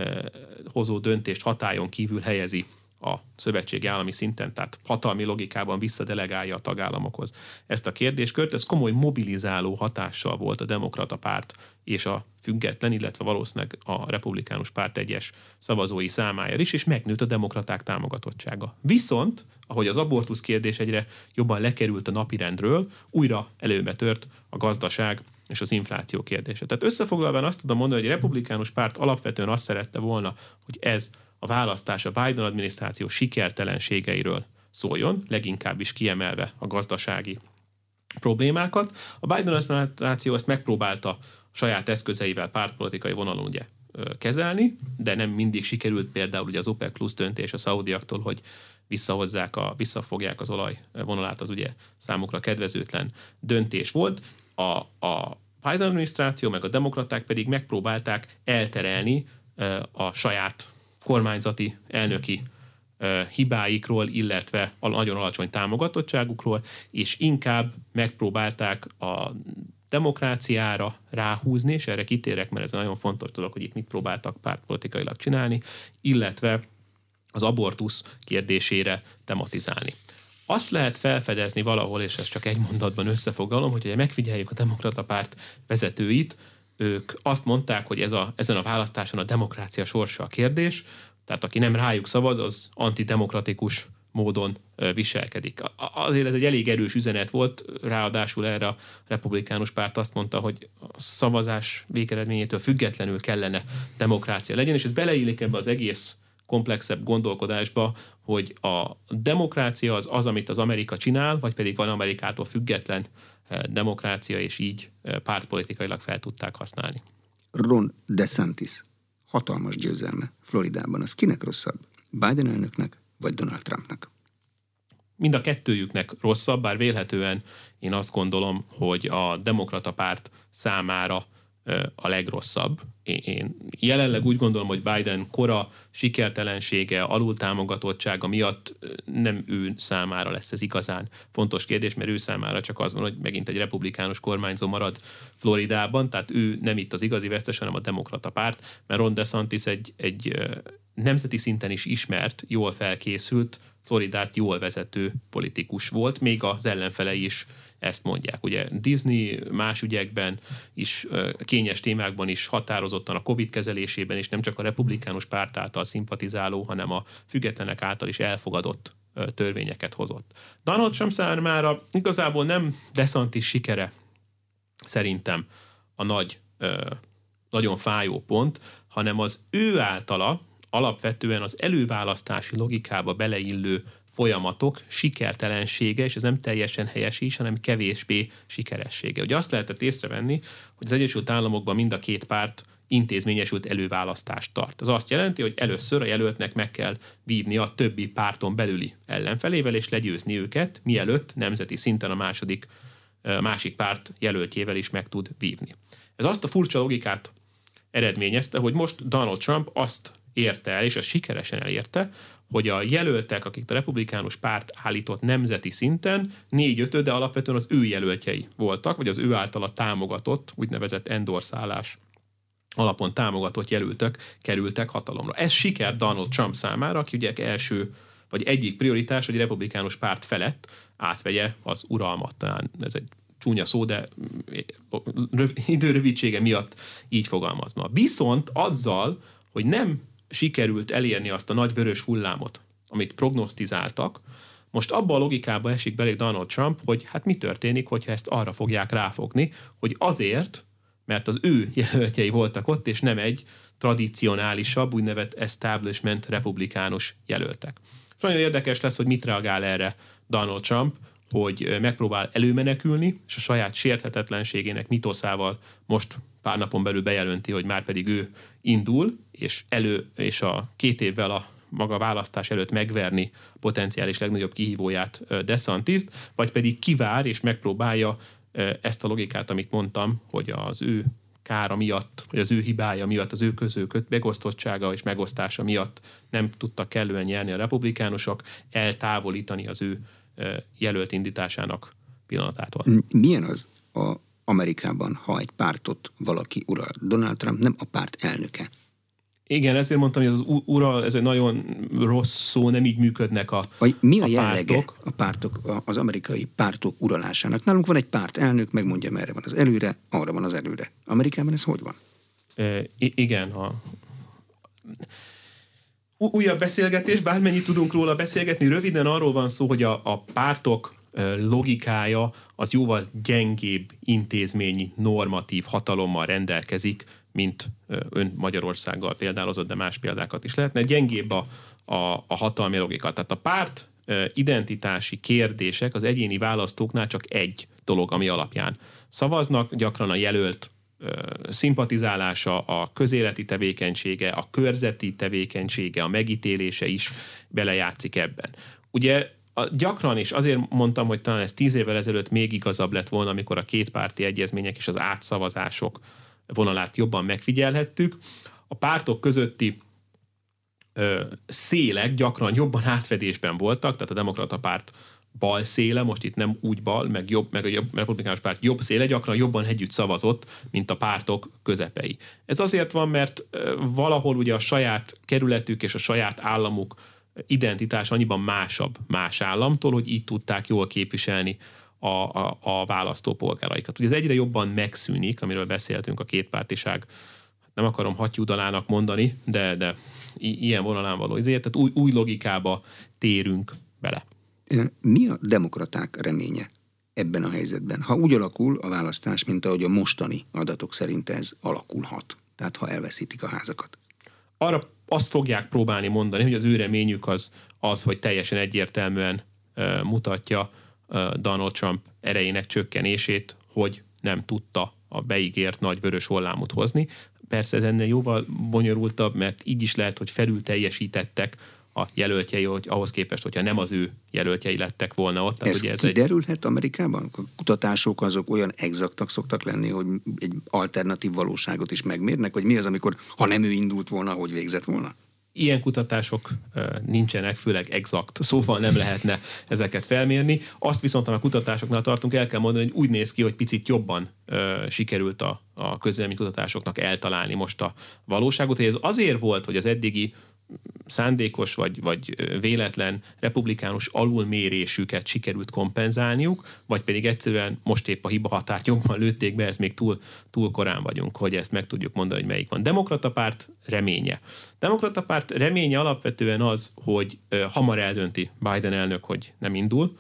hozó döntést hatályon kívül helyezi a szövetségi állami szinten, tehát hatalmi logikában visszadelegálja a tagállamokhoz ezt a kérdéskört. Ez komoly mobilizáló hatással volt a demokrata párt és a független, illetve valószínűleg a republikánus párt egyes szavazói számára is, és megnőtt a demokraták támogatottsága. Viszont, ahogy az abortusz kérdés egyre jobban lekerült a napirendről, újra előbe tört a gazdaság és az infláció kérdése. Tehát összefoglalva azt tudom mondani, hogy a republikánus párt alapvetően azt szerette volna, hogy ez a választás a Biden adminisztráció sikertelenségeiről szóljon, leginkább is kiemelve a gazdasági problémákat. A Biden adminisztráció ezt megpróbálta a saját eszközeivel pártpolitikai vonalon ugye kezelni, de nem mindig sikerült, például ugye az OPEC plusz döntés a szaudiaktól, hogy visszafogják az olaj vonalát, az ugye számukra kedvezőtlen döntés volt. A Biden adminisztráció meg a demokraták pedig megpróbálták elterelni a saját kormányzati elnöki hibáikról, illetve a nagyon alacsony támogatottságukról, és inkább megpróbálták a demokráciára ráhúzni, és erre kitérek, mert ez nagyon fontos dolog, hogy itt mit próbáltak pártpolitikailag csinálni, illetve az abortusz kérdésére tematizálni. Azt lehet felfedezni valahol, és ezt csak egy mondatban összefoglalom, hogy megfigyeljük a demokrata párt vezetőit, ők azt mondták, hogy ezen a választáson a demokrácia sorsa a kérdés, tehát aki nem rájuk szavaz, az antidemokratikus módon viselkedik. Azért ez egy elég erős üzenet volt, ráadásul erre a republikánus párt azt mondta, hogy a szavazás végeredményétől függetlenül kellene demokrácia legyen, és ez beleillik ebbe az egész komplexebb gondolkodásba, hogy a demokrácia az, amit az Amerika csinál, vagy pedig van Amerikától független demokrácia, és így pártpolitikailag fel tudták használni. Ron DeSantis hatalmas győzelme Floridában, az kinek rosszabb? Biden elnöknek, vagy Donald Trumpnak? Mind a kettőjüknek rosszabb, bár vélhetően én azt gondolom, hogy a demokrata párt számára a legrosszabb. Én jelenleg úgy gondolom, hogy Biden kora, sikertelensége, alultámogatottsága miatt nem ő számára lesz ez igazán fontos kérdés, mert ő számára csak az van, hogy megint egy republikánus kormányzó marad Floridában, tehát ő nem itt az igazi vesztes, hanem a demokrata párt, mert Ron DeSantis egy nemzeti szinten is ismert, jól felkészült, Floridát jól vezető politikus volt, még az ellenfelei is ezt mondják. Ugye Disney más ügyekben is, kényes témákban is határozottan a Covid kezelésében is nem csak a republikánus párt által szimpatizáló, hanem a függetlenek által is elfogadott törvényeket hozott. Donald Trump számára igazából nem DeSantis sikere szerintem a nagyon fájó pont, hanem az ő általa alapvetően az előválasztási logikába beleillő folyamatok sikertelensége, és ez nem teljesen helyes is, hanem kevésbé sikeressége. Ugye azt lehetett észrevenni, hogy az Egyesült Államokban mind a két párt intézményesült előválasztást tart. Ez azt jelenti, hogy először a jelöltnek meg kell vívni a többi párton belüli ellenfelével, és legyőzni őket, mielőtt nemzeti szinten a másik párt jelöltjével is meg tud vívni. Ez azt a furcsa logikát eredményezte, hogy most Donald Trump azt érte el, és azt sikeresen elérte, hogy a jelöltek, akik a republikánus párt állított nemzeti szinten, 4/5, de alapvetően az ő jelöltjei voltak, vagy az ő általa támogatott, úgynevezett endorszálás alapon támogatott jelöltek kerültek hatalomra. Ez siker Donald Trump számára, aki ugye első, vagy egyik prioritás, hogy a republikánus párt felett átvegye az uralmat. Talán ez egy csúnya szó, de időrövidsége miatt így fogalmazva. Viszont azzal, hogy nem sikerült elérni azt a nagy vörös hullámot, amit prognosztizáltak, most abba a logikába esik belé Donald Trump, hogy hát mi történik, hogyha ezt arra fogják ráfogni, hogy azért, mert az ő jelöltjei voltak ott, és nem egy tradicionálisabb, úgynevezett establishment republikánus jelöltek. És nagyon érdekes lesz, hogy mit reagál erre Donald Trump, hogy megpróbál előmenekülni, és a saját sérthetetlenségének mitoszával most pár napon belül bejelenti, hogy már pedig ő indul, és a 2 évvel a maga választás előtt megverni potenciális legnagyobb kihívóját, DeSantist, vagy pedig kivár és megpróbálja ezt a logikát, amit mondtam, hogy az ő kára miatt, vagy az ő hibája miatt, az ő közököt megosztottsága és megosztása miatt nem tudtak kellően nyerni a republikánusok, eltávolítani az ő jelölt indításának pillanatától. Milyen az Amerikában, ha egy pártot valaki ural? Donald Trump nem a párt elnöke. Igen, ezért mondtam, hogy az ural, ez egy nagyon rossz szó, nem így működnek a mi a jellege a pártok, az amerikai pártok uralásának? Nálunk van egy párt elnök, megmondja, merre van az előre, arra van az előre. Amerikában ez hogy van? Igen, újabb beszélgetés, bármennyit tudunk róla beszélgetni, röviden arról van szó, hogy a pártok logikája az jóval gyengébb intézményi normatív hatalommal rendelkezik, mint ön Magyarországgal példálozott, de más példákat is lehetne. Gyengébb a hatalmi logika. Tehát a párt identitási kérdések az egyéni választóknál csak egy dolog, ami alapján szavaznak, gyakran a jelölt szimpatizálása, a közéleti tevékenysége, a körzeti tevékenysége, a megítélése is belejátszik ebben. Ugye gyakran, és azért mondtam, hogy talán ez 10 évvel ezelőtt még igazabb lett volna, amikor a kétpárti egyezmények és az átszavazások vonalát jobban megfigyelhettük. A pártok közötti szélek gyakran jobban átfedésben voltak, tehát a demokrata párt bal széle, most itt nem úgy bal, meg a republikánus párt jobb széle gyakran jobban együtt szavazott, mint a pártok közepei. Ez azért van, mert valahol ugye a saját kerületük és a saját államuk identitás annyiban másabb más államtól, hogy így tudták jól képviselni a választópolgáraikat. Ugye ez egyre jobban megszűnik, amiről beszéltünk, a kétpártiság, nem akarom hattyúdalának mondani, de ilyen vonalán való ezért, tehát új logikába térünk bele. Mi a demokraták reménye ebben a helyzetben? Ha úgy alakul a választás, mint ahogy a mostani adatok szerint ez alakulhat, tehát ha elveszítik a házakat. Arra azt fogják próbálni mondani, hogy az ő reményük az, hogy teljesen egyértelműen mutatja Donald Trump erejének csökkenését, hogy nem tudta a beígért nagy vörös hullámot hozni. Persze ez ennél jóval bonyolultabb, mert így is lehet, hogy felül teljesítettek a jelöltjei, hogy ahhoz képest, hogyha nem az ő jelöltjei lettek volna ott. Ez kiderülhet Amerikában? A kutatások azok olyan exaktak szoktak lenni, hogy egy alternatív valóságot is megmérnek, hogy mi az, amikor, ha nem ő indult volna, hogy végzett volna? Ilyen kutatások nincsenek, főleg exakt, szóval nem lehetne ezeket felmérni. Azt viszont, ha a kutatásoknál tartunk, el kell mondani, hogy úgy néz ki, hogy picit jobban sikerült a közvéleménykutatásoknak eltalálni most a valóságot. Ez azért volt, hogy az eddigi szándékos vagy véletlen republikánus alulmérésüket sikerült kompenzálniuk, vagy pedig egyszerűen most épp a hibahatárt jobban lőtték be, ez még túl korán vagyunk, hogy ezt meg tudjuk mondani, hogy melyik van. Demokrata párt reménye. Demokrata párt reménye alapvetően az, hogy hamar eldönti Biden elnök, hogy nem indul.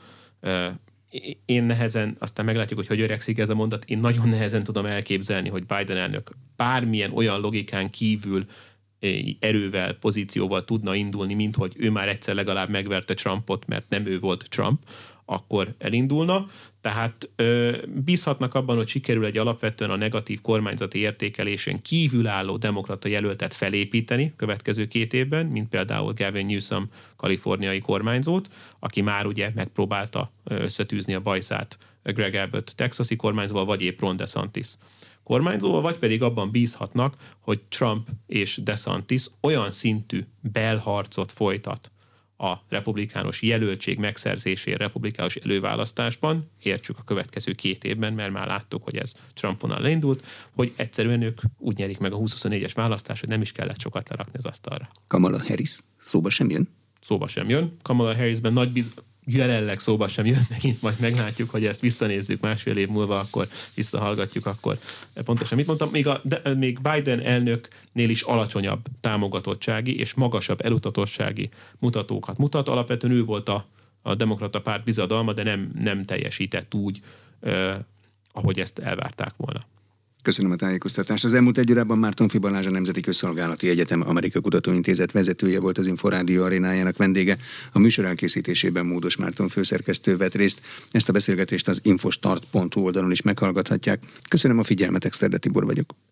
Én nehezen, aztán meglátjuk, hogy öregszik ez a mondat, én nagyon nehezen tudom elképzelni, hogy Biden elnök bármilyen olyan logikán kívül erővel, pozícióval tudna indulni, mint hogy ő már egyszer legalább megverte Trumpot, mert nem ő volt Trump, akkor elindulna. Tehát bízhatnak abban, hogy sikerül egy alapvetően a negatív kormányzati értékelésen kívülálló demokrata jelöltet felépíteni következő 2 évben, mint például Gavin Newsom kaliforniai kormányzót, aki már ugye megpróbálta összetűzni a bajszát Greg Abbott texasi kormányzóval, vagy épp Ron DeSantis kormányzóval, vagy pedig abban bízhatnak, hogy Trump és DeSantis olyan szintű belharcot folytat a republikánus jelöltség megszerzésére republikánus előválasztásban, értsük a következő 2 évben, mert már láttuk, hogy ez Trump vonal leindult, hogy egyszerűen ők úgy nyerik meg a 2024-es választást, hogy nem is kellett sokat lerakni az asztalra. Kamala Harris szóba sem jön? Szóba sem jön. Kamala Harrisben jelenleg szóba sem jön, megint majd meglátjuk, hogy ezt visszanézzük 1,5 év múlva, akkor visszahallgatjuk, akkor pontosan mit mondtam. Még Biden elnöknél is alacsonyabb támogatottsági és magasabb elutatottsági mutatókat mutat. Alapvetően ő volt a demokrata párt bizadalma, de nem teljesített úgy, ahogy ezt elvárták volna. Köszönöm a tájékoztatást. Az elmúlt 1 órában Márton-Fi Balázs, a Nemzeti Közszolgálati Egyetem Amerika Kutatóintézet vezetője volt az Inforádió arénájának vendége. A műsor elkészítésében Módos Márton főszerkesztő vett részt. Ezt a beszélgetést az infostart.hu oldalon is meghallgathatják. Köszönöm a figyelmet, Exterde Tibor vagyok.